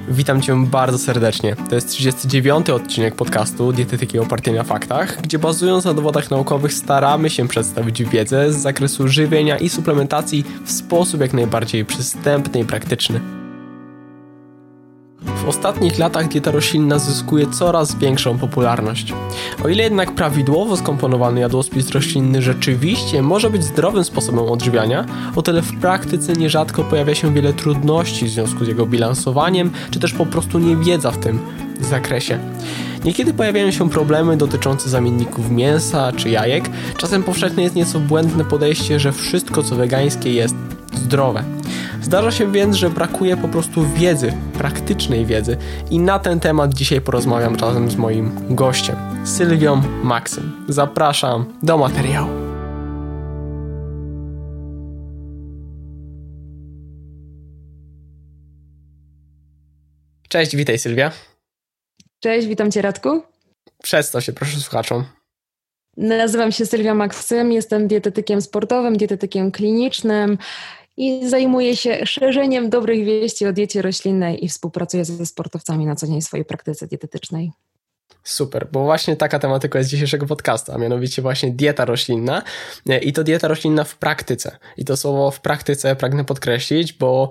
Witam Cię bardzo serdecznie. To jest 39. odcinek podcastu Dietetyki opartej na faktach, gdzie bazując na dowodach naukowych staramy się przedstawić wiedzę z zakresu żywienia i suplementacji w sposób jak najbardziej przystępny i praktyczny. W ostatnich latach dieta roślinna zyskuje coraz większą popularność. O ile jednak prawidłowo skomponowany jadłospis roślinny rzeczywiście może być zdrowym sposobem odżywiania, o tyle w praktyce nierzadko pojawia się wiele trudności w związku z jego bilansowaniem, czy też po prostu niewiedza w tym zakresie. Niekiedy pojawiają się problemy dotyczące zamienników mięsa czy jajek. Czasem powszechne jest nieco błędne podejście, że wszystko co wegańskie jest zdrowe. Zdarza się więc, że brakuje po prostu wiedzy, praktycznej wiedzy i na ten temat dzisiaj porozmawiam razem z moim gościem, Sylwią Maksym. Zapraszam do materiału. Cześć, witaj Sylwia. Cześć, witam Cię Radku. Przedstaw się proszę słuchaczom. Nazywam się Sylwia Maksym, jestem dietetykiem sportowym, dietetykiem klinicznym i zajmuję się szerzeniem dobrych wieści o diecie roślinnej i współpracuję ze sportowcami na co dzień w swojej praktyce dietetycznej. Super, bo właśnie taka tematyka jest dzisiejszego podcastu, a mianowicie właśnie dieta roślinna i to dieta roślinna w praktyce. I to słowo w praktyce pragnę podkreślić, bo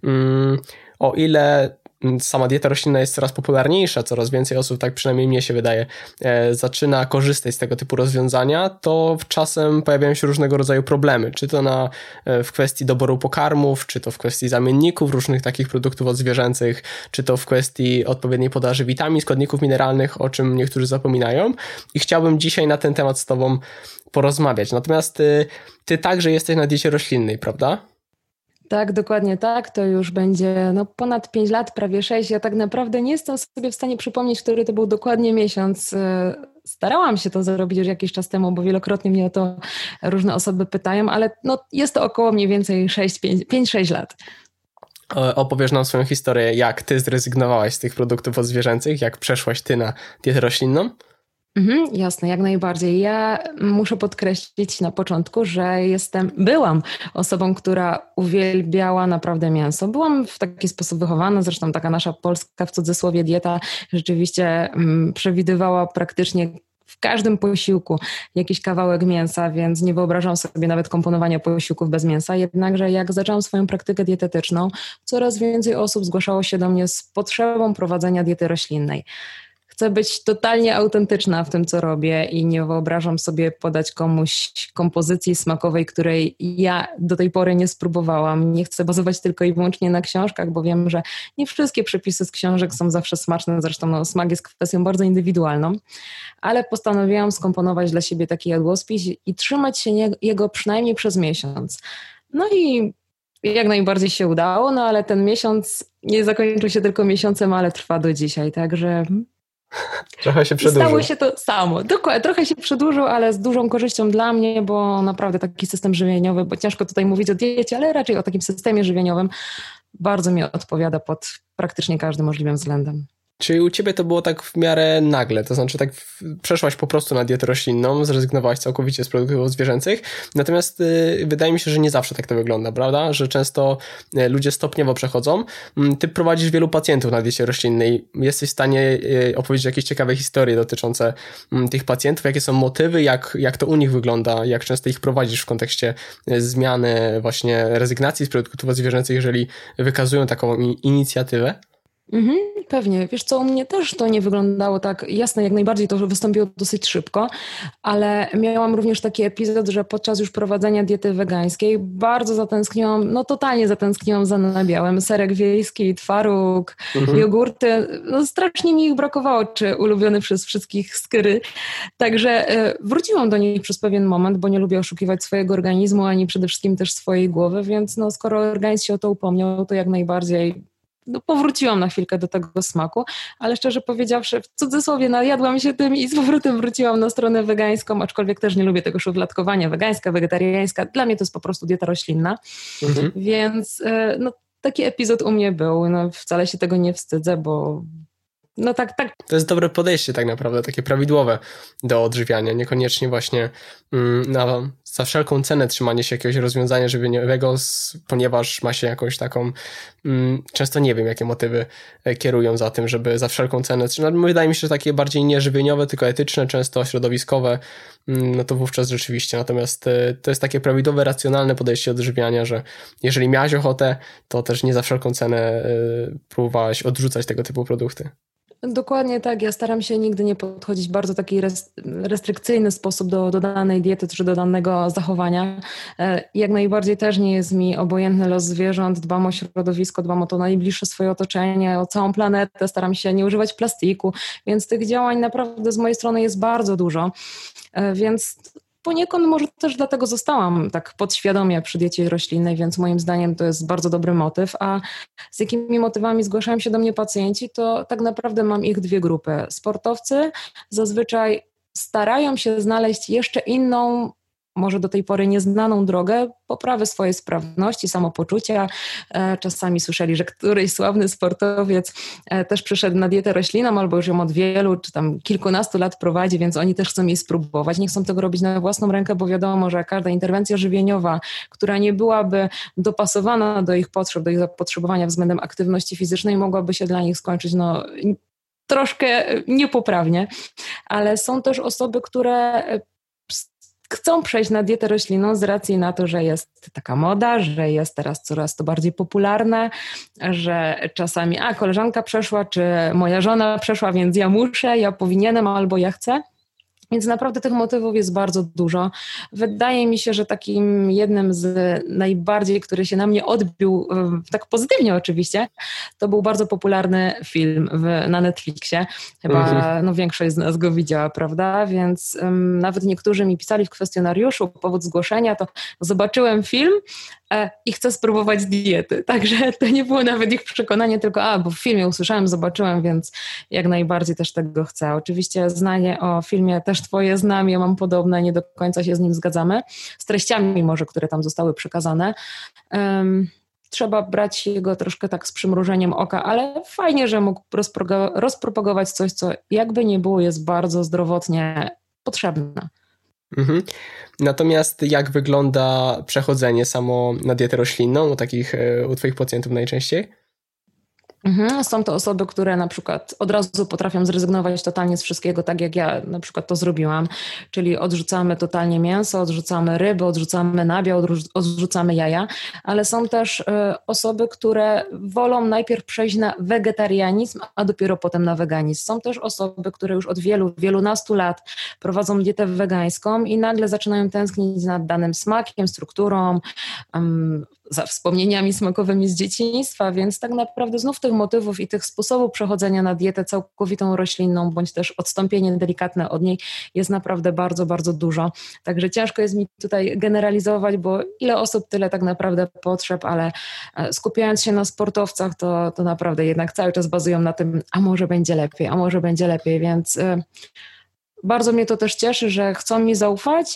o ile sama dieta roślinna jest coraz popularniejsza, coraz więcej osób, tak przynajmniej mnie się wydaje, zaczyna korzystać z tego typu rozwiązania, to czasem pojawiają się różnego rodzaju problemy, czy to w kwestii doboru pokarmów, czy to w kwestii zamienników różnych takich produktów odzwierzęcych, czy to w kwestii odpowiedniej podaży witamin, składników mineralnych, o czym niektórzy zapominają i chciałbym dzisiaj na ten temat z Tobą porozmawiać. Natomiast Ty także jesteś na diecie roślinnej, prawda? Tak, dokładnie tak. To już będzie ponad 5 lat, prawie 6. Ja tak naprawdę nie jestem sobie w stanie przypomnieć, który to był dokładnie miesiąc. Starałam się to zrobić już jakiś czas temu, bo wielokrotnie mnie o to różne osoby pytają, ale jest to około mniej więcej 5-6 lat. Opowiesz nam swoją historię, jak Ty zrezygnowałaś z tych produktów odzwierzęcych, jak przeszłaś Ty na dietę roślinną? Jasne, jak najbardziej. Ja muszę podkreślić na początku, że byłam osobą, która uwielbiała naprawdę mięso. Byłam w taki sposób wychowana, zresztą taka nasza polska w cudzysłowie dieta rzeczywiście przewidywała praktycznie w każdym posiłku jakiś kawałek mięsa, więc nie wyobrażam sobie nawet komponowania posiłków bez mięsa. Jednakże jak zaczęłam swoją praktykę dietetyczną, coraz więcej osób zgłaszało się do mnie z potrzebą prowadzenia diety roślinnej. Chcę być totalnie autentyczna w tym, co robię i nie wyobrażam sobie podać komuś kompozycji smakowej, której ja do tej pory nie spróbowałam. Nie chcę bazować tylko i wyłącznie na książkach, bo wiem, że nie wszystkie przepisy z książek są zawsze smaczne. Zresztą smak jest kwestią bardzo indywidualną. Ale postanowiłam skomponować dla siebie taki jadłospis i trzymać się jego przynajmniej przez miesiąc. No i jak najbardziej się udało, ale ten miesiąc nie zakończył się tylko miesiącem, ale trwa do dzisiaj, także... Trochę się przedłużył. Stało się to samo. Dokładnie, trochę się przedłużył, ale z dużą korzyścią dla mnie, bo naprawdę taki system żywieniowy, bo ciężko tutaj mówić o diecie, ale raczej o takim systemie żywieniowym bardzo mi odpowiada pod praktycznie każdym możliwym względem. Czyli u Ciebie to było tak w miarę nagle, to znaczy tak przeszłaś po prostu na dietę roślinną, zrezygnowałaś całkowicie z produktów zwierzęcych, natomiast wydaje mi się, że nie zawsze tak to wygląda, prawda? Że często ludzie stopniowo przechodzą. Ty prowadzisz wielu pacjentów na diecie roślinnej. Jesteś w stanie opowiedzieć jakieś ciekawe historie dotyczące tych pacjentów, jakie są motywy, jak to u nich wygląda, jak często ich prowadzisz w kontekście zmiany właśnie rezygnacji z produktów zwierzęcych, jeżeli wykazują taką inicjatywę? Pewnie. Wiesz co, u mnie też to nie wyglądało tak jasne, jak najbardziej to wystąpiło dosyć szybko, ale miałam również taki epizod, że podczas już prowadzenia diety wegańskiej bardzo zatęskniłam, totalnie zatęskniłam za nabiałem. Serek wiejski, twaróg, jogurty, strasznie mi ich brakowało, czy ulubiony przez wszystkich skyry. Także wróciłam do nich przez pewien moment, bo nie lubię oszukiwać swojego organizmu, ani przede wszystkim też swojej głowy, więc skoro organizm się o to upomniał, to jak najbardziej powróciłam na chwilkę do tego smaku, ale szczerze powiedziawszy, w cudzysłowie najadłam się tym i z powrotem wróciłam na stronę wegańską, aczkolwiek też nie lubię tego szufladkowania, wegańska, wegetariańska. Dla mnie to jest po prostu dieta roślinna, więc taki epizod u mnie był. Wcale się tego nie wstydzę, bo No tak, tak. To jest dobre podejście tak naprawdę, takie prawidłowe do odżywiania, niekoniecznie właśnie za wszelką cenę trzymanie się jakiegoś rozwiązania żywieniowego, ponieważ ma się jakąś taką, często nie wiem jakie motywy kierują za tym, żeby za wszelką cenę, wydaje mi się, że takie bardziej nie żywieniowe, tylko etyczne, często środowiskowe, no to wówczas rzeczywiście, natomiast to jest takie prawidłowe, racjonalne podejście do odżywiania, że jeżeli miałaś ochotę, to też nie za wszelką cenę próbowałaś odrzucać tego typu produkty. Dokładnie tak. Ja staram się nigdy nie podchodzić w bardzo taki restrykcyjny sposób do danej diety czy do danego zachowania. Jak najbardziej też nie jest mi obojętny los zwierząt. Dbam o środowisko, dbam o to najbliższe swoje otoczenie, o całą planetę. Staram się nie używać plastiku, więc tych działań naprawdę z mojej strony jest bardzo dużo. Więc poniekąd może też dlatego zostałam tak podświadomie przy diecie roślinnej, więc moim zdaniem to jest bardzo dobry motyw. A z jakimi motywami zgłaszają się do mnie pacjenci, to tak naprawdę mam ich dwie grupy. Sportowcy zazwyczaj starają się znaleźć jeszcze inną, może do tej pory nieznaną drogę poprawy swojej sprawności, samopoczucia. Czasami słyszeli, że któryś sławny sportowiec też przyszedł na dietę roślinną albo już ją od wielu czy tam kilkunastu lat prowadzi, więc oni też chcą jej spróbować. Nie chcą tego robić na własną rękę, bo wiadomo, że każda interwencja żywieniowa, która nie byłaby dopasowana do ich potrzeb, do ich zapotrzebowania względem aktywności fizycznej, mogłaby się dla nich skończyć troszkę niepoprawnie. Ale są też osoby, które chcą przejść na dietę roślinną z racji na to, że jest taka moda, że jest teraz coraz to bardziej popularne, że czasami koleżanka przeszła, czy moja żona przeszła, więc ja muszę, ja powinienem albo ja chcę. Więc naprawdę tych motywów jest bardzo dużo. Wydaje mi się, że takim jednym z najbardziej, który się na mnie odbił, tak pozytywnie oczywiście, to był bardzo popularny film na Netflixie. Chyba większość z nas go widziała, prawda? Więc nawet niektórzy mi pisali w kwestionariuszu powód zgłoszenia, to zobaczyłem film i chcę spróbować diety. Także to nie było nawet ich przekonanie, tylko bo w filmie usłyszałem, zobaczyłem, więc jak najbardziej też tego chcę. Oczywiście zdanie o filmie też twoje znam, ja mam podobne, nie do końca się z nim zgadzamy. Z treściami może, które tam zostały przekazane. Trzeba brać jego troszkę tak z przymrużeniem oka, ale fajnie, że mógł rozpropagować coś, co jakby nie było, jest bardzo zdrowotnie potrzebne. Mhm. Natomiast jak wygląda przechodzenie samo na dietę roślinną u twoich pacjentów najczęściej? Są to osoby, które na przykład od razu potrafią zrezygnować totalnie z wszystkiego, tak jak ja na przykład to zrobiłam, czyli odrzucamy totalnie mięso, odrzucamy ryby, odrzucamy nabiał, odrzucamy jaja, ale są też osoby, które wolą najpierw przejść na wegetarianizm, a dopiero potem na weganizm. Są też osoby, które już od wielunastu lat prowadzą dietę wegańską i nagle zaczynają tęsknić za danym smakiem, strukturą, za wspomnieniami smakowymi z dzieciństwa, więc tak naprawdę znów tych motywów i tych sposobów przechodzenia na dietę całkowitą roślinną, bądź też odstąpienie delikatne od niej jest naprawdę bardzo, bardzo dużo. Także ciężko jest mi tutaj generalizować, bo ile osób, tyle tak naprawdę potrzeb, ale skupiając się na sportowcach, to naprawdę jednak cały czas bazują na tym, a może będzie lepiej, więc bardzo mnie to też cieszy, że chcą mi zaufać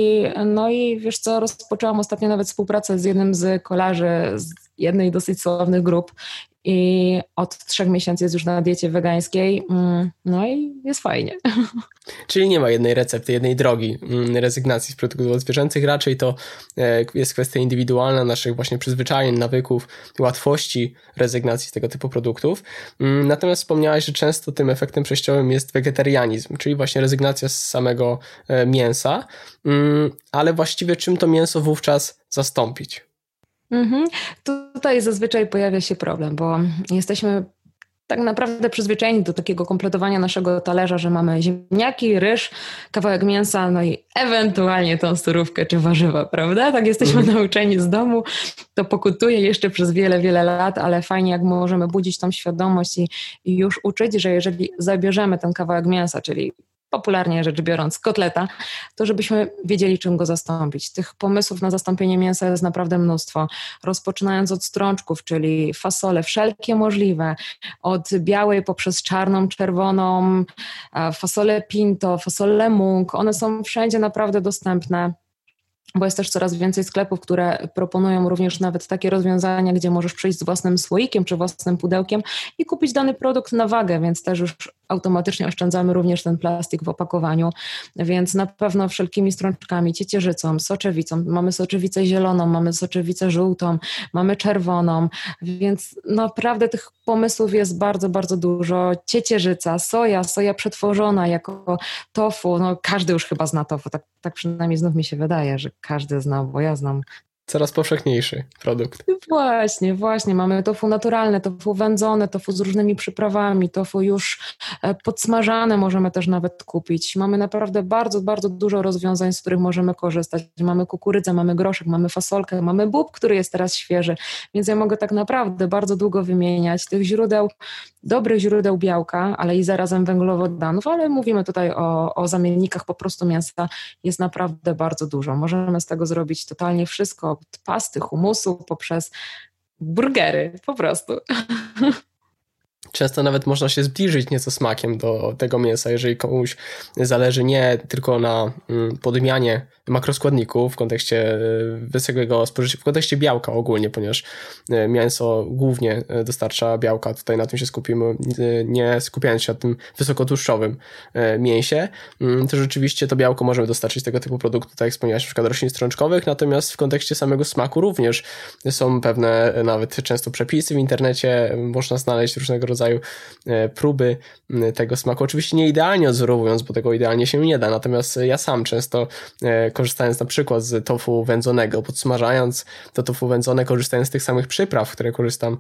i wiesz co, rozpoczęłam ostatnio nawet współpracę z jednym z kolarzy z jednej dosyć sławnych grup i od 3 miesięcy jest już na diecie wegańskiej, no i jest fajnie. Czyli nie ma jednej recepty, jednej drogi rezygnacji z produktów odzwierzęcych, raczej to jest kwestia indywidualna naszych właśnie przyzwyczajeń, nawyków, łatwości rezygnacji z tego typu produktów. Natomiast wspomniałaś, że często tym efektem przejściowym jest wegetarianizm, czyli właśnie rezygnacja z samego mięsa, ale właściwie czym to mięso wówczas zastąpić? Tutaj zazwyczaj pojawia się problem, bo jesteśmy tak naprawdę przyzwyczajeni do takiego kompletowania naszego talerza, że mamy ziemniaki, ryż, kawałek mięsa, no i ewentualnie tą surówkę czy warzywa, prawda? Tak jesteśmy nauczeni z domu, to pokutuje jeszcze przez wiele, wiele lat, ale fajnie jak możemy budzić tą świadomość i już uczyć, że jeżeli zabierzemy ten kawałek mięsa, czyli popularnie rzecz biorąc kotleta, to żebyśmy wiedzieli, czym go zastąpić. Tych pomysłów na zastąpienie mięsa jest naprawdę mnóstwo. Rozpoczynając od strączków, czyli fasole wszelkie możliwe, od białej poprzez czarną, czerwoną, fasole pinto, fasole mung, one są wszędzie naprawdę dostępne. bo jest też coraz więcej sklepów, które proponują również nawet takie rozwiązania, gdzie możesz przyjść z własnym słoikiem czy własnym pudełkiem i kupić dany produkt na wagę, więc też już automatycznie oszczędzamy również ten plastik w opakowaniu, więc na pewno wszelkimi strączkami, ciecierzycą, soczewicą, mamy soczewicę zieloną, mamy soczewicę żółtą, mamy czerwoną, więc naprawdę tych pomysłów jest bardzo, bardzo dużo. Ciecierzyca, soja przetworzona jako tofu, no każdy już chyba zna tofu, tak przynajmniej znów mi się wydaje, że każdy zna, bo ja znam. Coraz powszechniejszy produkt. Właśnie. Mamy tofu naturalne, tofu wędzone, tofu z różnymi przyprawami, tofu już podsmażane możemy też nawet kupić. Mamy naprawdę bardzo, bardzo dużo rozwiązań, z których możemy korzystać. Mamy kukurydzę, mamy groszek, mamy fasolkę, mamy bób, który jest teraz świeży, więc ja mogę tak naprawdę bardzo długo wymieniać tych dobrych źródeł białka, ale i zarazem węglowodanów, ale mówimy tutaj o zamiennikach po prostu mięsa, jest naprawdę bardzo dużo. Możemy z tego zrobić totalnie wszystko, od pasty, humusu, poprzez burgery, po prostu. Często nawet można się zbliżyć nieco smakiem do tego mięsa, jeżeli komuś zależy nie tylko na podmianie makroskładników w kontekście wysokiego spożycia, w kontekście białka ogólnie, ponieważ mięso głównie dostarcza białka, tutaj na tym się skupimy, nie skupiając się na tym wysokotłuszczowym mięsie, to rzeczywiście to białko możemy dostarczyć tego typu produktu, tak jak wspomniałeś, na przykład roślin strączkowych, natomiast w kontekście samego smaku również są pewne nawet często przepisy w internecie, można znaleźć różnego rodzaju próby tego smaku. Oczywiście nie idealnie odzorowując, bo tego idealnie się nie da, natomiast ja sam często korzystając na przykład z tofu wędzonego, podsmażając to tofu wędzone, korzystając z tych samych przypraw, które korzystam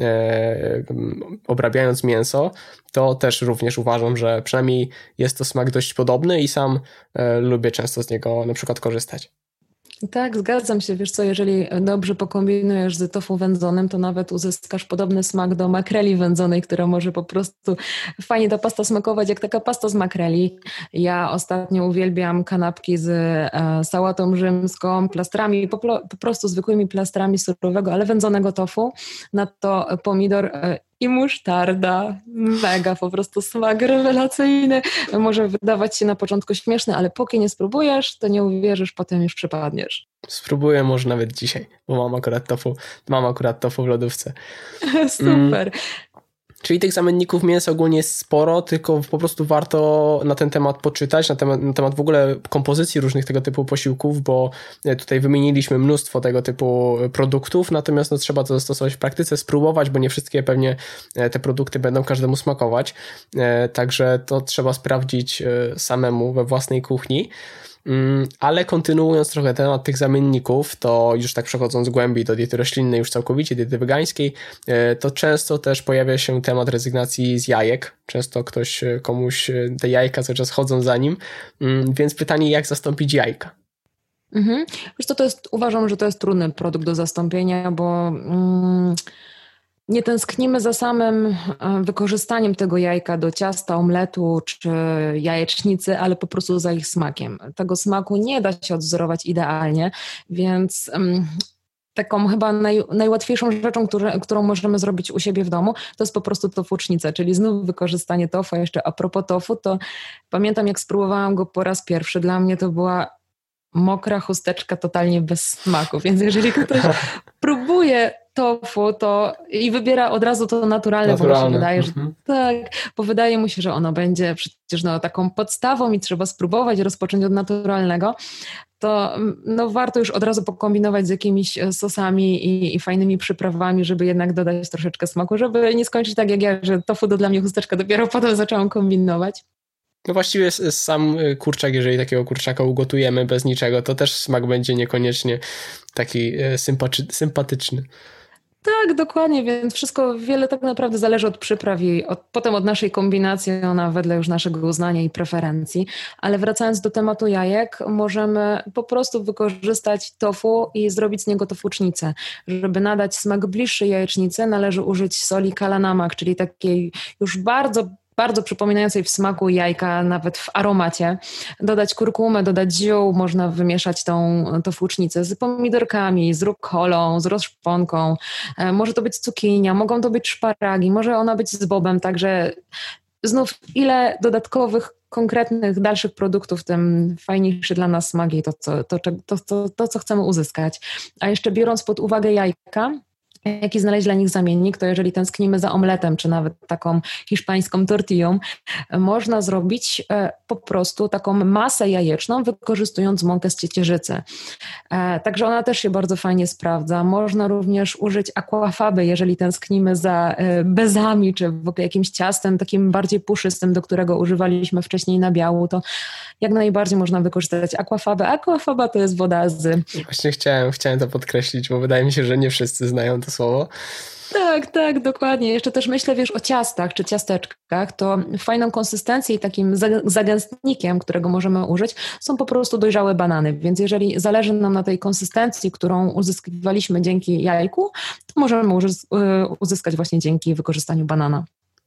obrabiając mięso, to też również uważam, że przynajmniej jest to smak dość podobny i sam lubię często z niego na przykład korzystać. Tak, zgadzam się. Wiesz co, jeżeli dobrze pokombinujesz z tofu wędzonym, to nawet uzyskasz podobny smak do makreli wędzonej, która może po prostu fajnie ta pasta smakować, jak taka pasta z makreli. Ja ostatnio uwielbiam kanapki z sałatą rzymską, plastrami, po prostu zwykłymi plastrami surowego, ale wędzonego tofu. Na to pomidor i musztarda. Mega po prostu smak rewelacyjny. Może wydawać się na początku śmieszny, ale póki nie spróbujesz, to nie uwierzysz, potem już przypadniesz. Spróbuję może nawet dzisiaj, bo mam akurat tofu w lodówce. Super. Czyli tych zamienników mięsa ogólnie jest sporo, tylko po prostu warto na ten temat poczytać, na temat w ogóle kompozycji różnych tego typu posiłków, bo tutaj wymieniliśmy mnóstwo tego typu produktów, natomiast no, trzeba to zastosować w praktyce, spróbować, bo nie wszystkie pewnie te produkty będą każdemu smakować, także to trzeba sprawdzić samemu we własnej kuchni. Ale kontynuując trochę temat tych zamienników, to już tak przechodząc głębiej do diety roślinnej, już całkowicie diety wegańskiej, to często też pojawia się temat rezygnacji z jajek. Często komuś te jajka cały czas chodzą za nim, więc pytanie, jak zastąpić jajka? Wiesz co, uważam, że to jest trudny produkt do zastąpienia, bo nie tęsknimy za samym wykorzystaniem tego jajka do ciasta, omletu czy jajecznicy, ale po prostu za ich smakiem. Tego smaku nie da się odwzorować idealnie, więc taką chyba najłatwiejszą rzeczą, którą możemy zrobić u siebie w domu, to jest po prostu tofucznica, czyli znów wykorzystanie tofu. Jeszcze a propos tofu, to pamiętam, jak spróbowałam go po raz pierwszy, dla mnie to była mokra chusteczka totalnie bez smaku, więc jeżeli ktoś próbuje tofu i wybiera od razu to naturalne. Bo mi się wydaje, że tak, bo wydaje mu się, że ono będzie przecież taką podstawą i trzeba spróbować rozpocząć od naturalnego, to warto już od razu pokombinować z jakimiś sosami i fajnymi przyprawami, żeby jednak dodać troszeczkę smaku, żeby nie skończyć tak jak ja, że tofu to dla mnie chusteczka, dopiero potem zaczęłam kombinować. No właściwie sam kurczak, jeżeli takiego kurczaka ugotujemy bez niczego, to też smak będzie niekoniecznie taki sympatyczny. Tak, dokładnie, więc wiele tak naprawdę zależy od przypraw i potem od naszej kombinacji, ona wedle już naszego uznania i preferencji. Ale wracając do tematu jajek, możemy po prostu wykorzystać tofu i zrobić z niego tofucznicę. Żeby nadać smak bliższy jajecznicy, należy użyć soli kalanamak, czyli takiej już bardzo przypominającej w smaku jajka, nawet w aromacie. Dodać kurkumę, dodać ziół, można wymieszać tą tofucznicę z pomidorkami, z rukkolą, z rozszponką. Może to być cukinia, mogą to być szparagi, może ona być z bobem, także znów ile dodatkowych konkretnych, dalszych produktów, tym fajniejszy dla nas smak i to, co chcemy uzyskać. A jeszcze biorąc pod uwagę jajka, jaki znaleźć dla nich zamiennik, to jeżeli tęsknimy za omletem, czy nawet taką hiszpańską tortillą, można zrobić po prostu taką masę jajeczną, wykorzystując mąkę z ciecierzycy. Także ona też się bardzo fajnie sprawdza. Można również użyć aquafaby, jeżeli tęsknimy za bezami, czy w ogóle jakimś ciastem takim bardziej puszystym, do którego używaliśmy wcześniej nabiału, to jak najbardziej można wykorzystać aquafabę. Aquafaba to jest woda z... Właśnie chciałem to podkreślić, bo wydaje mi się, że nie wszyscy znają to słowo. Tak, dokładnie. Jeszcze też myślę, o ciastach czy ciasteczkach, to fajną konsystencję i takim zagęstnikiem, którego możemy użyć, są po prostu dojrzałe banany. Więc jeżeli zależy nam na tej konsystencji, którą uzyskiwaliśmy dzięki jajku, to możemy uzyskać właśnie dzięki wykorzystaniu banana.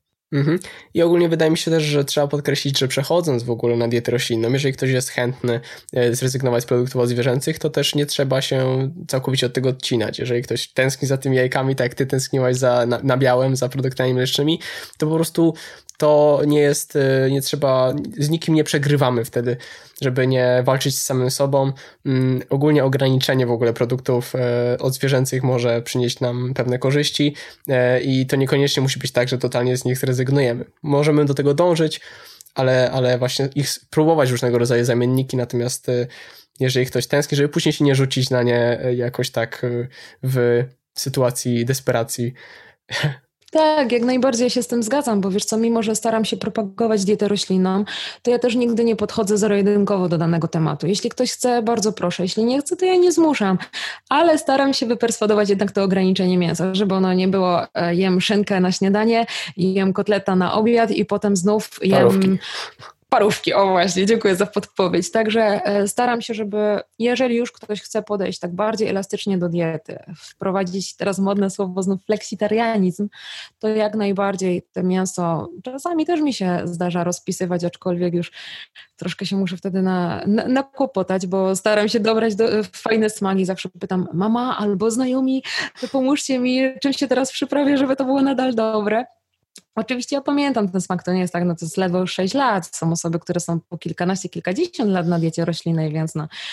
I ogólnie wydaje mi się też, że trzeba podkreślić, że przechodząc w ogóle na dietę roślinną, jeżeli ktoś jest chętny zrezygnować z produktów odzwierzęcych, to też nie trzeba się całkowicie od tego odcinać. Jeżeli ktoś tęskni za tymi jajkami, tak jak ty tęskniłaś za nabiałem, za produktami mlecznymi, to po prostu to nie jest, nie trzeba, z nikim nie przegrywamy wtedy, żeby nie walczyć z samym sobą. Ogólnie ograniczenie w ogóle produktów odzwierzęcych może przynieść nam pewne korzyści i to niekoniecznie musi być tak, że totalnie z nich zrezygnujemy. Możemy do tego dążyć, ale właśnie ich próbować różnego rodzaju zamienniki, natomiast jeżeli ktoś tęskni, żeby później się nie rzucić na nie jakoś tak w sytuacji desperacji. Tak, jak najbardziej się z tym zgadzam, bo wiesz co, mimo że staram się propagować dietę roślinną, to ja też nigdy nie podchodzę zero-jedynkowo do danego tematu. Jeśli ktoś chce, bardzo proszę, jeśli nie chce, to ja nie zmuszam, ale staram się wyperswadować jednak to ograniczenie mięsa, żeby ono nie było jem szynkę na śniadanie, jem kotleta na obiad i potem znów jem... Parówki, o właśnie, dziękuję za podpowiedź. Także staram się, żeby jeżeli już ktoś chce podejść tak bardziej elastycznie do diety, wprowadzić teraz modne słowo znów fleksitarianizm, to jak najbardziej to mięso czasami też mi się zdarza rozpisywać, aczkolwiek już troszkę się muszę wtedy nakłopotać, bo staram się dobrać fajne smaki. Zawsze pytam, mama albo znajomi, pomóżcie mi, czym się teraz przyprawię, żeby to było nadal dobre. Oczywiście ja pamiętam ten smak, to nie jest tak, no to jest ledwo już 6 lat. Są osoby, które są po kilkanaście, kilkadziesiąt lat na diecie roślinnej, więc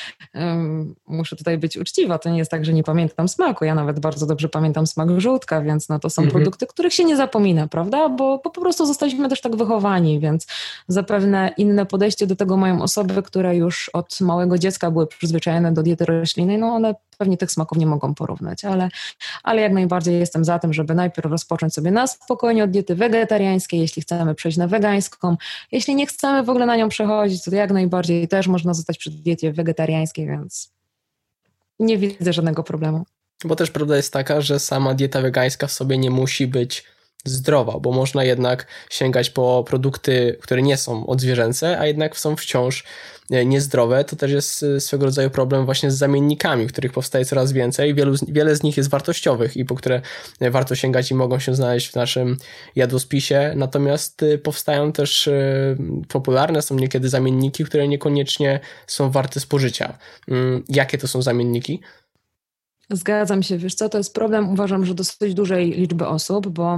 muszę tutaj być uczciwa. To nie jest tak, że nie pamiętam smaku. Ja nawet bardzo dobrze pamiętam smak żółtka, więc no to są produkty, których się nie zapomina, prawda? Bo po prostu zostaliśmy też tak wychowani, więc zapewne inne podejście do tego mają osoby, które już od małego dziecka były przyzwyczajone do diety roślinnej. No one pewnie tych smaków nie mogą porównać, ale jak najbardziej jestem za tym, żeby najpierw rozpocząć sobie na spokojnie od diety wegetariańskiej, jeśli chcemy przejść na wegańską. Jeśli nie chcemy w ogóle na nią przechodzić, to jak najbardziej też można zostać przy diecie wegetariańskiej, więc nie widzę żadnego problemu. Bo też prawda jest taka, że sama dieta wegańska w sobie nie musi być zdrowa, bo można jednak sięgać po produkty, które nie są odzwierzęce, a jednak są wciąż niezdrowe. To też jest swego rodzaju problem właśnie z zamiennikami, których powstaje coraz więcej. Wiele z nich jest wartościowych i po które warto sięgać i mogą się znaleźć w naszym jadłospisie. Natomiast powstają też popularne są niekiedy zamienniki, które niekoniecznie są warte spożycia. Jakie to są zamienniki? Zgadzam się. Wiesz co, to jest problem, uważam, że dosyć dużej liczby osób, bo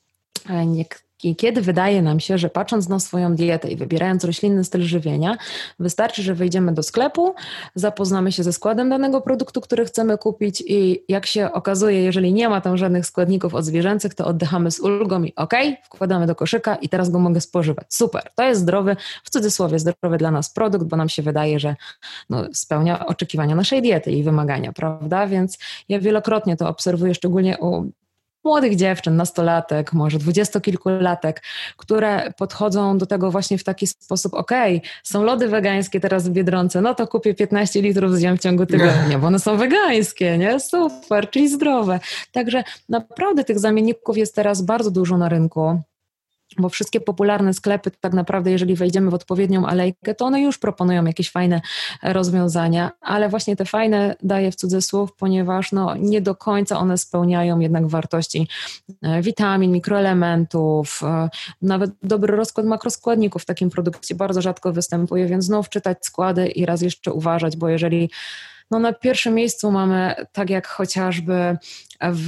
kiedy wydaje nam się, że patrząc na swoją dietę i wybierając roślinny styl żywienia, wystarczy, że wejdziemy do sklepu, zapoznamy się ze składem danego produktu, który chcemy kupić i jak się okazuje, jeżeli nie ma tam żadnych składników odzwierzęcych, to oddychamy z ulgą i wkładamy do koszyka i teraz go mogę spożywać. Super, to jest zdrowy, w cudzysłowie zdrowy dla nas produkt, bo nam się wydaje, że spełnia oczekiwania naszej diety i wymagania, prawda? Więc ja wielokrotnie to obserwuję, szczególnie u młodych dziewczyn, nastolatek, może dwudziestokilkulatek, które podchodzą do tego właśnie w taki sposób, są lody wegańskie teraz w Biedronce, no to kupię 15 litrów zjem w ciągu tygodnia, bo one są wegańskie, nie? Super, czyli zdrowe. Także naprawdę tych zamienników jest teraz bardzo dużo na rynku. Bo wszystkie popularne sklepy tak naprawdę, jeżeli wejdziemy w odpowiednią alejkę, to one już proponują jakieś fajne rozwiązania, ale właśnie te fajne daję w cudzysłów, ponieważ nie do końca one spełniają jednak wartości witamin, mikroelementów, nawet dobry rozkład makroskładników w takim produkcie bardzo rzadko występuje, więc znów czytać składy i raz jeszcze uważać, bo jeżeli No na pierwszym miejscu mamy, tak jak chociażby w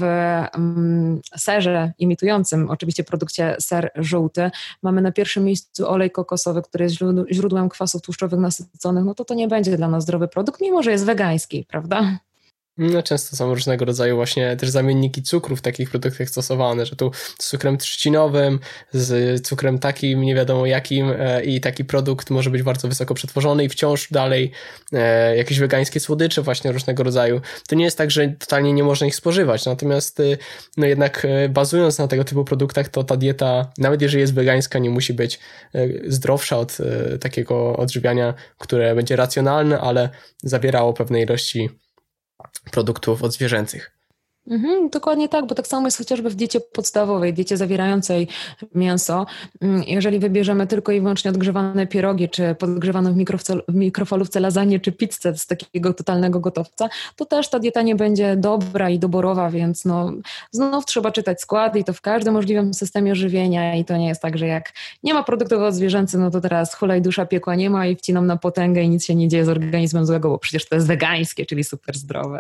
serze imitującym, oczywiście produkcie ser żółty, mamy na pierwszym miejscu olej kokosowy, który jest źródłem kwasów tłuszczowych nasyconych, no to nie będzie dla nas zdrowy produkt, mimo że jest wegański, prawda? No, często są różnego rodzaju właśnie też zamienniki cukru w takich produktach stosowane, że tu z cukrem trzcinowym, z cukrem takim nie wiadomo jakim i taki produkt może być bardzo wysoko przetworzony i wciąż dalej jakieś wegańskie słodycze właśnie różnego rodzaju. To nie jest tak, że totalnie nie można ich spożywać, natomiast no jednak bazując na tego typu produktach, to ta dieta, nawet jeżeli jest wegańska, nie musi być zdrowsza od takiego odżywiania, które będzie racjonalne, ale zawierało pewne ilości produktów odzwierzęcych. Dokładnie tak, bo tak samo jest chociażby w diecie podstawowej, diecie zawierającej mięso. Jeżeli wybierzemy tylko i wyłącznie odgrzewane pierogi, czy podgrzewaną w mikrofalówce lasagne, czy pizzę z takiego totalnego gotowca, to też ta dieta nie będzie dobra i doborowa, więc no, znów trzeba czytać składy i to w każdym możliwym systemie żywienia i to nie jest tak, że jak nie ma produktów odzwierzęcych, no to teraz hulaj dusza, piekła nie ma i wcinam na potęgę i nic się nie dzieje z organizmem złego, bo przecież to jest wegańskie, czyli super zdrowe.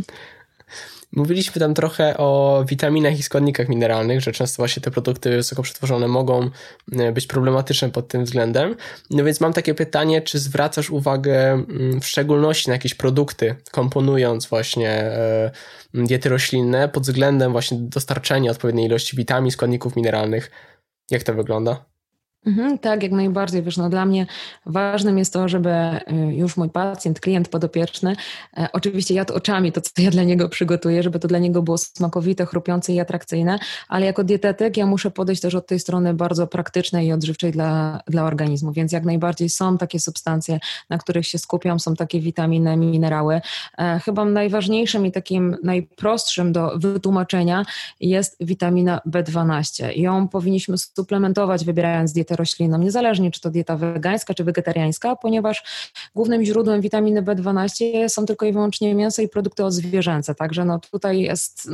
Mówiliśmy tam trochę o witaminach i składnikach mineralnych, że często właśnie te produkty wysoko przetworzone mogą być problematyczne pod tym względem. No więc mam takie pytanie, czy zwracasz uwagę w szczególności na jakieś produkty, komponując właśnie diety roślinne pod względem właśnie dostarczenia odpowiedniej ilości witamin, składników mineralnych? Jak to wygląda? Tak, jak najbardziej. Wiesz, no dla mnie ważnym jest to, żeby już mój pacjent, klient podopieczny, oczywiście jadł oczami to, co ja dla niego przygotuję, żeby to dla niego było smakowite, chrupiące i atrakcyjne, ale jako dietetyk ja muszę podejść też od tej strony bardzo praktycznej i odżywczej dla organizmu, więc jak najbardziej są takie substancje, na których się skupiam, są takie witaminy, minerały. Chyba najważniejszym i takim najprostszym do wytłumaczenia jest witamina B12. Ją powinniśmy suplementować, wybierając dietę roślinną, niezależnie czy to dieta wegańska czy wegetariańska, ponieważ głównym źródłem witaminy B12 są tylko i wyłącznie mięso i produkty odzwierzęce, także no tutaj jest,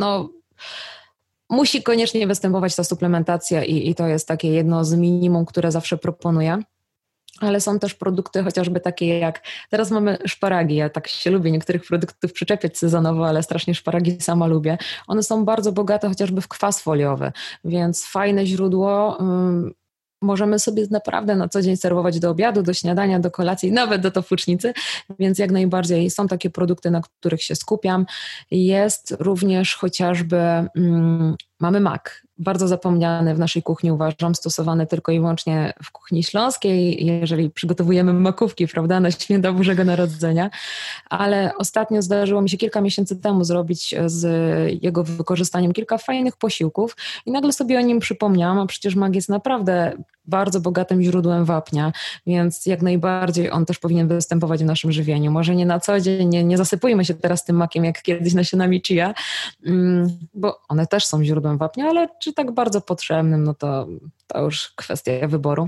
musi koniecznie występować ta suplementacja i to jest takie jedno z minimum, które zawsze proponuję. Ale są też produkty chociażby takie jak, teraz mamy szparagi, ja tak się lubię niektórych produktów przyczepiać sezonowo, ale strasznie szparagi sama lubię. One są bardzo bogate chociażby w kwas foliowy, więc fajne źródło. Możemy sobie naprawdę na co dzień serwować do obiadu, do śniadania, do kolacji, nawet do tofucznicy, więc jak najbardziej są takie produkty, na których się skupiam. Jest również chociażby, mamy mak, bardzo zapomniany w naszej kuchni, uważam, stosowany tylko i wyłącznie w kuchni śląskiej, jeżeli przygotowujemy makówki, prawda, na święta Bożego Narodzenia, ale ostatnio zdarzyło mi się kilka miesięcy temu zrobić z jego wykorzystaniem kilka fajnych posiłków i nagle sobie o nim przypomniałam, a przecież mak jest naprawdę bardzo bogatym źródłem wapnia, więc jak najbardziej on też powinien występować w naszym żywieniu. Może nie na co dzień, nie zasypujmy się teraz tym makiem jak kiedyś nasionami chia, bo one też są źródłem wapnia, ale czy tak bardzo potrzebnym, no to już kwestia wyboru.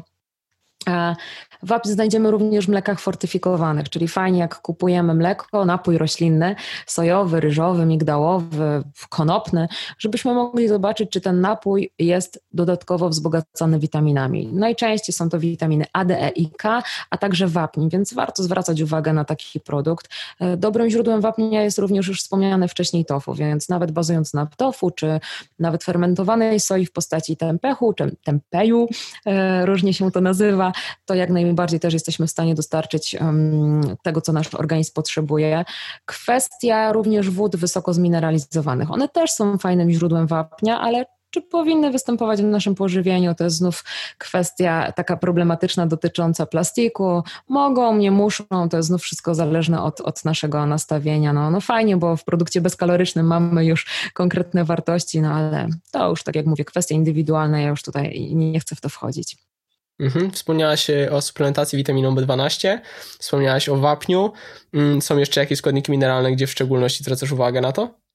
Wapń znajdziemy również w mlekach fortyfikowanych, czyli fajnie jak kupujemy mleko, napój roślinny, sojowy, ryżowy, migdałowy, konopny, żebyśmy mogli zobaczyć, czy ten napój jest dodatkowo wzbogacony witaminami. Najczęściej są to witaminy A, D, E i K, a także wapń, więc warto zwracać uwagę na taki produkt. Dobrym źródłem wapnia jest również już wspomniane wcześniej tofu, więc nawet bazując na tofu, czy nawet fermentowanej soi w postaci tempehu, czy tempeju, różnie się to nazywa, to jak najbardziej też jesteśmy w stanie dostarczyć tego, co nasz organizm potrzebuje. Kwestia również wód wysoko zmineralizowanych. One też są fajnym źródłem wapnia, ale czy powinny występować w naszym pożywieniu? To jest znów kwestia taka problematyczna dotycząca plastiku. Mogą, nie muszą, to jest znów wszystko zależne od naszego nastawienia. No fajnie, bo w produkcie bezkalorycznym mamy już konkretne wartości, ale to już, tak jak mówię, kwestia indywidualna, ja już tutaj nie chcę w to wchodzić. Wspomniałaś o suplementacji witaminą B12, wspomniałaś o wapniu. Są jeszcze jakieś składniki mineralne, gdzie w szczególności zwracasz uwagę na to?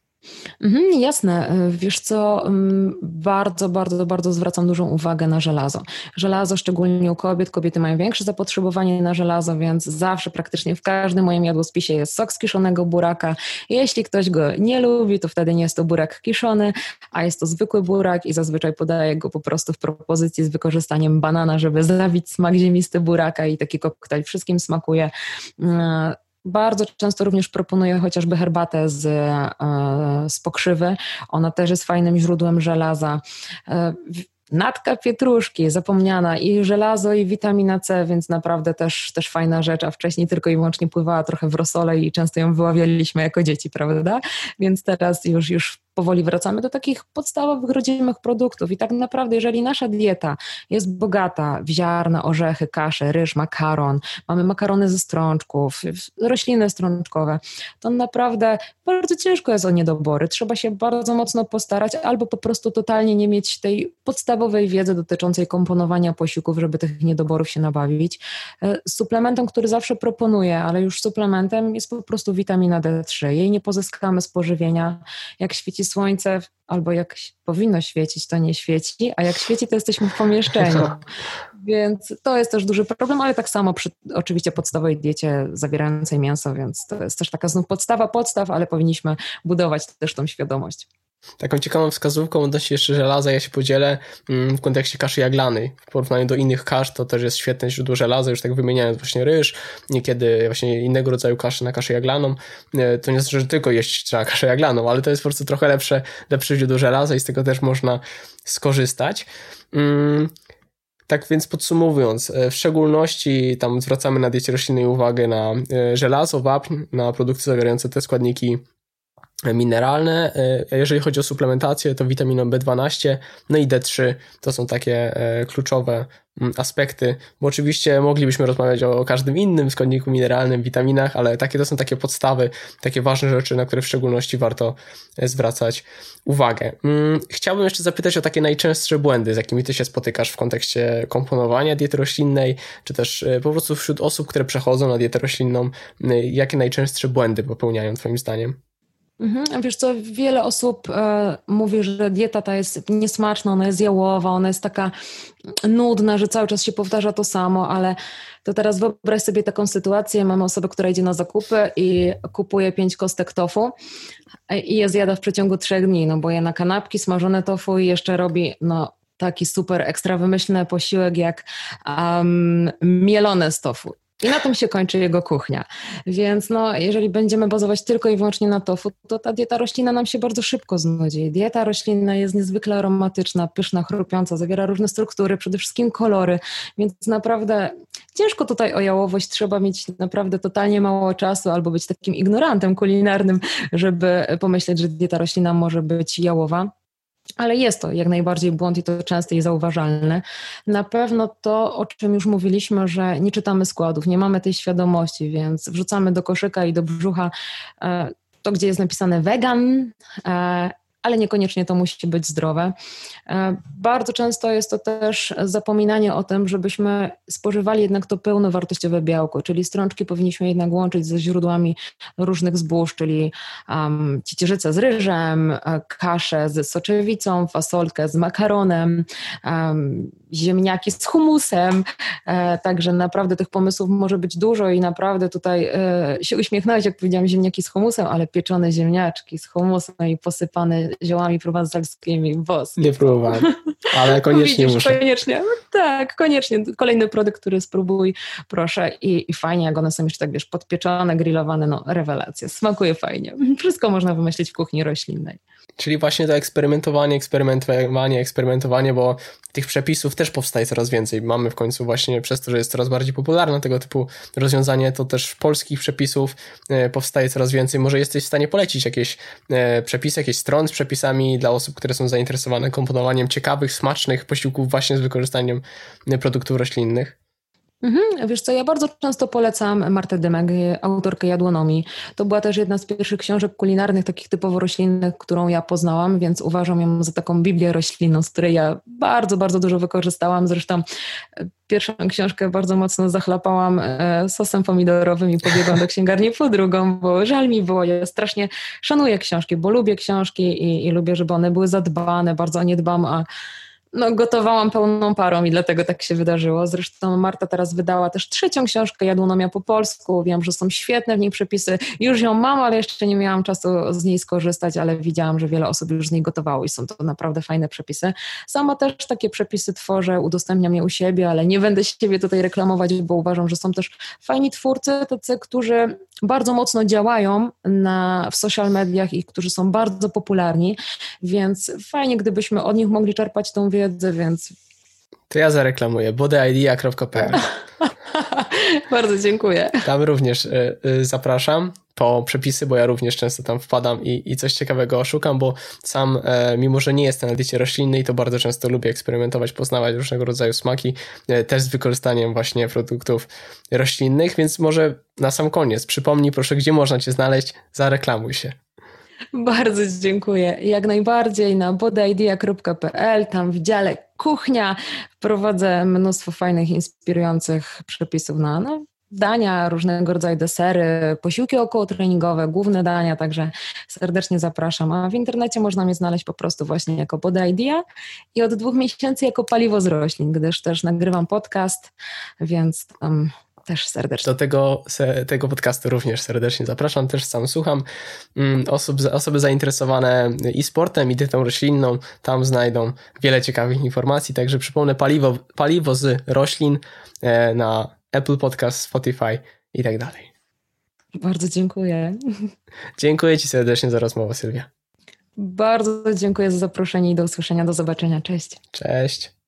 Jasne. Wiesz co, bardzo, bardzo, bardzo zwracam dużą uwagę na żelazo. Żelazo szczególnie u kobiet. Kobiety mają większe zapotrzebowanie na żelazo, więc zawsze praktycznie w każdym moim jadłospisie jest sok z kiszonego buraka. Jeśli ktoś go nie lubi, to wtedy nie jest to burak kiszony, a jest to zwykły burak i zazwyczaj podaję go po prostu w propozycji z wykorzystaniem banana, żeby zabić smak ziemisty buraka i taki koktajl wszystkim smakuje. Bardzo często również proponuję chociażby herbatę z pokrzywy. Ona też jest fajnym źródłem żelaza. Natka pietruszki, zapomniana, i żelazo, i witamina C, więc naprawdę też fajna rzecz, a wcześniej tylko i wyłącznie pływała trochę w rosole i często ją wyławialiśmy jako dzieci, prawda? Więc teraz już powoli wracamy do takich podstawowych, rodzimych produktów i tak naprawdę, jeżeli nasza dieta jest bogata w ziarna, orzechy, kasze, ryż, makaron, mamy makarony ze strączków, rośliny strączkowe, to naprawdę bardzo ciężko jest o niedobory. Trzeba się bardzo mocno postarać albo po prostu totalnie nie mieć tej podstawowej wiedzy dotyczącej komponowania posiłków, żeby tych niedoborów się nabawić. Suplementem, który zawsze proponuję, ale już suplementem, jest po prostu witamina D3. Jej nie pozyskamy z pożywienia. Jak świeci słońce, albo jak powinno świecić, to nie świeci, a jak świeci, to jesteśmy w pomieszczeniu. Więc to jest też duży problem, ale tak samo przy oczywiście podstawowej diecie zawierającej mięso, więc to jest też taka znów podstaw, ale powinniśmy budować też tą świadomość. Taką ciekawą wskazówką odnośnie jeszcze żelaza ja się podzielę w kontekście kaszy jaglanej. W porównaniu do innych kasz to też jest świetne źródło żelaza, już tak wymieniając właśnie ryż, niekiedy właśnie innego rodzaju kaszy na kaszę jaglaną. To nie znaczy, że tylko jeść trzeba kaszę jaglaną, ale to jest po prostu trochę lepsze źródło żelaza i z tego też można skorzystać. Tak więc podsumowując, w szczególności tam zwracamy na diecie roślinnej uwagę na żelazo, wapń, na produkty zawierające te składniki mineralne. Jeżeli chodzi o suplementację, to witaminą B12, no i D3 to są takie kluczowe aspekty, bo oczywiście moglibyśmy rozmawiać o każdym innym składniku mineralnym, witaminach, ale to są takie podstawy, takie ważne rzeczy, na które w szczególności warto zwracać uwagę. Chciałbym jeszcze zapytać o takie najczęstsze błędy, z jakimi ty się spotykasz w kontekście komponowania diety roślinnej, czy też po prostu wśród osób, które przechodzą na dietę roślinną, jakie najczęstsze błędy popełniają twoim zdaniem? Wiesz co, wiele osób mówi, że dieta ta jest niesmaczna, ona jest jałowa, ona jest taka nudna, że cały czas się powtarza to samo, ale to teraz wyobraź sobie taką sytuację, mamy osobę, która idzie na zakupy i kupuje 5 kostek tofu i je zjada w przeciągu 3 dni, no bo je na kanapki, smażone tofu i jeszcze robi taki super ekstra wymyślny posiłek jak mielone z tofu. I na tym się kończy jego kuchnia. Więc jeżeli będziemy bazować tylko i wyłącznie na tofu, to ta dieta roślinna nam się bardzo szybko znudzi. Dieta roślinna jest niezwykle aromatyczna, pyszna, chrupiąca, zawiera różne struktury, przede wszystkim kolory, więc naprawdę ciężko tutaj o jałowość, trzeba mieć naprawdę totalnie mało czasu albo być takim ignorantem kulinarnym, żeby pomyśleć, że dieta roślinna może być jałowa. Ale jest to jak najbardziej błąd i to częste i zauważalne. Na pewno to, o czym już mówiliśmy, że nie czytamy składów, nie mamy tej świadomości, więc wrzucamy do koszyka i do brzucha to, gdzie jest napisane wegan, ale niekoniecznie to musi być zdrowe. Bardzo często jest to też zapominanie o tym, żebyśmy spożywali jednak to pełnowartościowe białko, czyli strączki powinniśmy jednak łączyć ze źródłami różnych zbóż, czyli ciecierzycę z ryżem, kaszę z soczewicą, fasolkę z makaronem, ziemniaki z humusem, także naprawdę tych pomysłów może być dużo i naprawdę tutaj się uśmiechnąłeś, jak powiedziałam ziemniaki z humusem, ale pieczone ziemniaczki z humusem i posypane ziołami prowansalskimi, boss. Nie próbowałem, ale koniecznie muszę. Koniecznie, tak, koniecznie. Kolejny produkt, który spróbuj, proszę i fajnie, jak one są jeszcze tak, podpieczone, grillowane, rewelacja, smakuje fajnie. Wszystko można wymyślić w kuchni roślinnej. Czyli właśnie to eksperymentowanie, bo tych przepisów też powstaje coraz więcej. Mamy w końcu właśnie przez to, że jest coraz bardziej popularne tego typu rozwiązanie, to też polskich przepisów powstaje coraz więcej. Może jesteś w stanie polecić jakieś przepisy, jakieś strony z przepisami dla osób, które są zainteresowane komponowaniem ciekawych, smacznych posiłków właśnie z wykorzystaniem produktów roślinnych? Wiesz co, ja bardzo często polecam Martę Dymek, autorkę Jadłonomii. To była też jedna z pierwszych książek kulinarnych, takich typowo roślinnych, którą ja poznałam, więc uważam ją za taką Biblię roślinną, z której ja bardzo, bardzo dużo wykorzystałam. Zresztą pierwszą książkę bardzo mocno zachlapałam sosem pomidorowym i pobiegłam do księgarni po drugą, bo żal mi było. Ja strasznie szanuję książki, bo lubię książki i lubię, żeby one były zadbane, bardzo o nie dbam, a No, gotowałam pełną parą i dlatego tak się wydarzyło. Zresztą Marta teraz wydała też 3. książkę Jadłonomia po polsku. Wiem, że są świetne w niej przepisy. Już ją mam, ale jeszcze nie miałam czasu z niej skorzystać, ale widziałam, że wiele osób już z niej gotowało i są to naprawdę fajne przepisy. Sama też takie przepisy tworzę, udostępniam je u siebie, ale nie będę siebie tutaj reklamować, bo uważam, że są też fajni twórcy, tacy, którzy bardzo mocno działają w social mediach i którzy są bardzo popularni, więc fajnie, gdybyśmy od nich mogli czerpać tą wiedzę, więc... To ja zareklamuję, bodyidea.pl. Bardzo dziękuję. Tam również zapraszam po przepisy, bo ja również często tam wpadam i coś ciekawego szukam, bo sam, mimo że nie jestem na diecie roślinnej, to bardzo często lubię eksperymentować, poznawać różnego rodzaju smaki, też z wykorzystaniem właśnie produktów roślinnych, więc może na sam koniec przypomnij proszę, gdzie można Cię znaleźć, zareklamuj się. Bardzo dziękuję. Jak najbardziej na bodyidea.pl, tam w dziale kuchnia prowadzę mnóstwo fajnych, inspirujących przepisów na dania, różnego rodzaju desery, posiłki okołotreningowe, główne dania, także serdecznie zapraszam. A w internecie można mnie znaleźć po prostu właśnie jako Body Idea i od 2 miesięcy jako Paliwo z roślin, gdyż też nagrywam podcast, więc tam też serdecznie. Do tego podcastu również serdecznie zapraszam, też sam słucham. Osoby zainteresowane i sportem, i dietą roślinną, tam znajdą wiele ciekawych informacji, także przypomnę paliwo z roślin na Apple Podcast, Spotify i tak dalej. Bardzo dziękuję. Dziękuję Ci serdecznie za rozmowę, Sylwia. Bardzo dziękuję za zaproszenie i do usłyszenia, do zobaczenia. Cześć. Cześć.